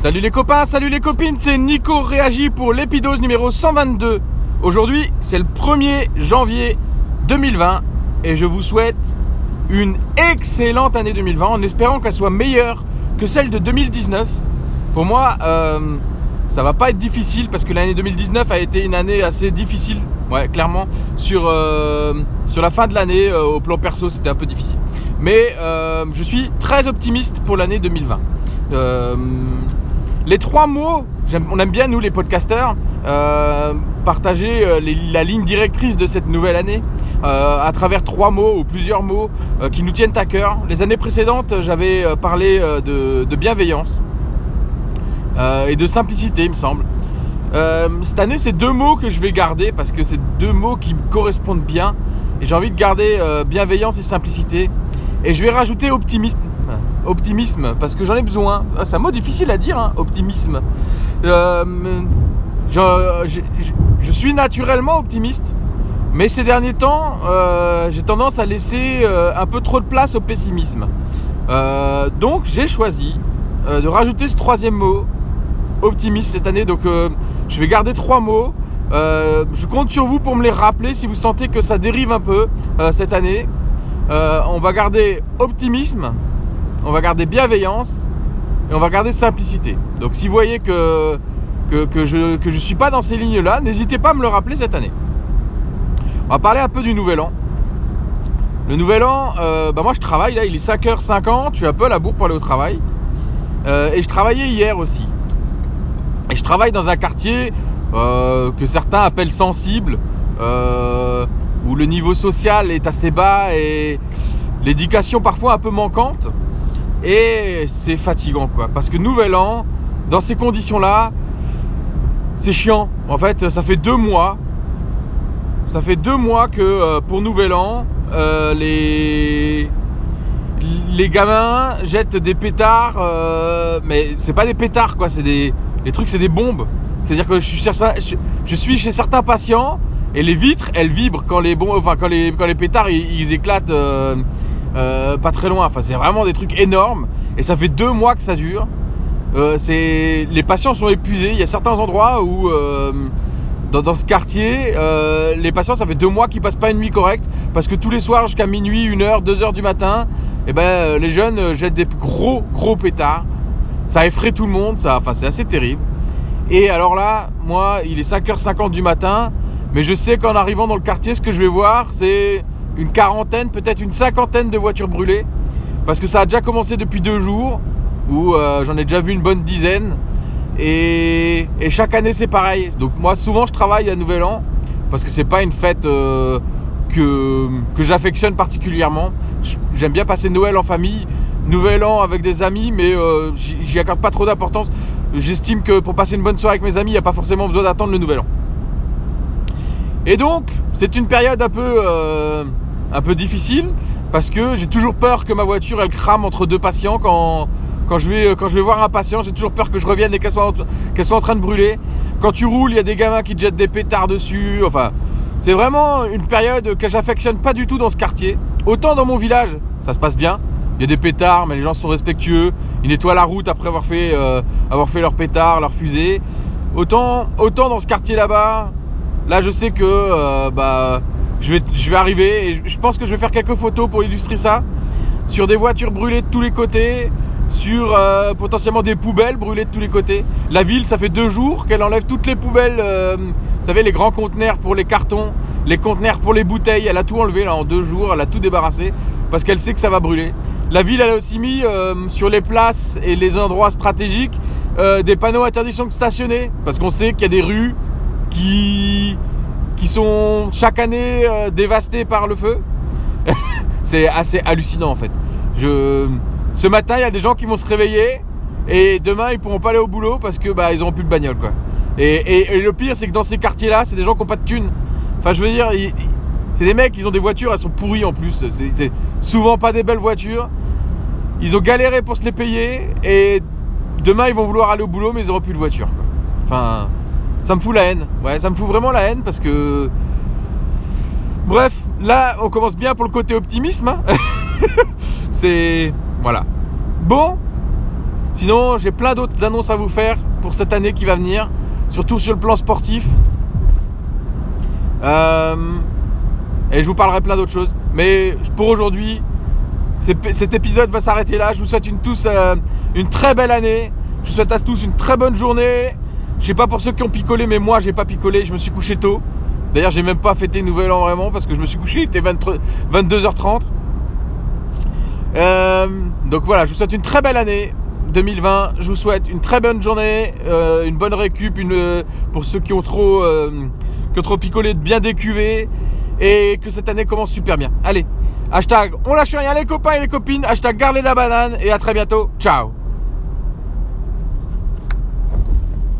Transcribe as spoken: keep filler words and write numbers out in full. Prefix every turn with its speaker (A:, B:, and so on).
A: Salut les copains, salut les copines, c'est Nico Réagi pour l'épidose numéro cent vingt-deux. Aujourd'hui, c'est le premier janvier deux mille vingt et je vous souhaite une excellente année deux mille vingt en espérant qu'elle soit meilleure que celle de deux mille dix-neuf. Pour moi, euh, ça va pas être difficile parce que l'année deux mille dix-neuf a été une année assez difficile, ouais, clairement. Sur, euh, sur la fin de l'année, euh, au plan perso, c'était un peu difficile. Mais euh, je suis très optimiste pour l'année deux mille vingt. Euh, Les trois mots, on aime bien nous les podcasteurs, euh, partager euh, les, la ligne directrice de cette nouvelle année euh, à travers trois mots ou plusieurs mots euh, qui nous tiennent à cœur. Les années précédentes, j'avais euh, parlé euh, de, de bienveillance euh, et de simplicité, il me semble. Euh, cette année, c'est deux mots que je vais garder parce que c'est deux mots qui me correspondent bien. Et j'ai envie de garder euh, bienveillance et simplicité. Et je vais rajouter optimisme. Optimisme, parce que j'en ai besoin. Ah, c'est un mot difficile à dire, hein, optimisme. Euh, je, je, je, je suis naturellement optimiste, mais ces derniers temps, euh, j'ai tendance à laisser euh, un peu trop de place au pessimisme. Euh, donc, j'ai choisi euh, de rajouter ce troisième mot, optimiste, cette année. Donc, euh, je vais garder trois mots. Euh, je compte sur vous pour me les rappeler si vous sentez que ça dérive un peu euh, cette année. Euh, on va garder optimisme. On va garder bienveillance et on va garder simplicité. Donc si vous voyez que, que, que je que je suis pas dans ces lignes-là, n'hésitez pas à me le rappeler cette année. On va parler un peu du nouvel an. Le nouvel an, euh, bah moi je travaille là, il est cinq heures cinquante, je suis un peu à la bourre pour aller au travail. Euh, et je travaillais hier aussi. Et je travaille dans un quartier euh, que certains appellent sensible, euh, où le niveau social est assez bas et l'éducation parfois un peu manquante. Et c'est fatigant quoi, parce que nouvel an, dans ces conditions-là, c'est chiant. En fait, ça fait deux mois, ça fait deux mois que euh, pour nouvel an, euh, les les gamins jettent des pétards, euh, mais c'est pas des pétards quoi, c'est des les trucs, c'est des bombes. C'est-à-dire que je suis certain, je, je suis chez certains patients et les vitres, elles vibrent quand les bombes, enfin quand les quand les pétards ils, ils éclatent. Euh, Euh, pas très loin, enfin c'est vraiment des trucs énormes et ça fait deux mois que ça dure. Euh, c'est... Les patients sont épuisés, il y a certains endroits où euh, dans, dans ce quartier euh, les patients ça fait deux mois qu'ils passent pas une nuit correcte parce que tous les soirs jusqu'à minuit, une heure, deux heures du matin et ben, les jeunes jettent des gros gros pétards, ça effraie tout le monde, ça, enfin, c'est assez terrible. Et alors là, moi il est cinq heures cinquante du matin, mais je sais qu'en arrivant dans le quartier, ce que je vais voir c'est une quarantaine, peut-être une cinquantaine de voitures brûlées, parce que ça a déjà commencé depuis deux jours, où euh, j'en ai déjà vu une bonne dizaine, et, et chaque année c'est pareil. Donc moi souvent je travaille à Nouvel An, parce que c'est pas une fête euh, que, que j'affectionne particulièrement. J'aime bien passer Noël en famille, Nouvel An avec des amis, mais euh, j'y accorde pas trop d'importance. J'estime que pour passer une bonne soirée avec mes amis, il n'y a pas forcément besoin d'attendre le Nouvel An. Et donc, c'est une période un peu, euh, un peu difficile parce que j'ai toujours peur que ma voiture elle crame entre deux patients quand, quand, je, vais, quand je vais voir un patient. J'ai toujours peur que je revienne et qu'elle soit, qu'elle soit en train de brûler. Quand tu roules, il y a des gamins qui te jettent des pétards dessus. Enfin, c'est vraiment une période que j'affectionne pas du tout dans ce quartier. Autant dans mon village, ça se passe bien. Il y a des pétards, mais les gens sont respectueux. Ils nettoient la route après avoir fait, euh, avoir fait leurs pétards, leurs fusées. Autant, autant dans ce quartier là-bas. Là, je sais que euh, bah, je, vais, je vais arriver et je pense que je vais faire quelques photos pour illustrer ça. Sur des voitures brûlées de tous les côtés, sur euh, potentiellement des poubelles brûlées de tous les côtés. La ville, ça fait deux jours qu'elle enlève toutes les poubelles, euh, vous savez, les grands conteneurs pour les cartons, les conteneurs pour les bouteilles. Elle a tout enlevé là en deux jours, elle a tout débarrassé parce qu'elle sait que ça va brûler. La ville, elle a aussi mis euh, sur les places et les endroits stratégiques euh, des panneaux interdiction de stationner parce qu'on sait qu'il y a des rues qui, qui sont chaque année euh, dévastées par le feu. C'est assez hallucinant en fait. Je... Ce matin, il y a des gens qui vont se réveiller et demain, ils pourront pas aller au boulot parce que bah, ils auront plus de bagnole quoi. Et, et, et le pire, c'est que dans ces quartiers-là, c'est des gens qui n'ont pas de thunes. Enfin, je veux dire, ils, c'est des mecs, ils ont des voitures, elles sont pourries en plus. C'est, c'est souvent pas des belles voitures. Ils ont galéré pour se les payer et demain, ils vont vouloir aller au boulot, mais ils auront plus de voiture quoi. Enfin... Ça me fout la haine, ouais, ça me fout vraiment la haine parce que... Bref, là, on commence bien pour le côté optimisme, hein. C'est... Voilà. Bon, Sinon, j'ai plein d'autres annonces à vous faire pour cette année qui va venir, surtout sur le plan sportif. Euh, et je vous parlerai plein d'autres choses. Mais pour aujourd'hui, cet épisode va s'arrêter là. Je vous souhaite une, tous euh, une très belle année. Je vous souhaite à tous une très bonne journée. Je sais pas pour ceux qui ont picolé, mais moi j'ai pas picolé. Je me suis couché tôt. D'ailleurs, j'ai même pas fêté Nouvel An vraiment parce que je me suis couché, il était vingt-deux heures trente. Euh, donc voilà, je vous souhaite une très belle année deux mille vingt. Je vous souhaite une très bonne journée, euh, une bonne récup, une, euh, pour ceux qui ont trop, euh, qui ont trop picolé, de bien décuver et que cette année commence super bien. Allez, hashtag on lâche rien les copains et les copines, hashtag garde la banane et à très bientôt. Ciao.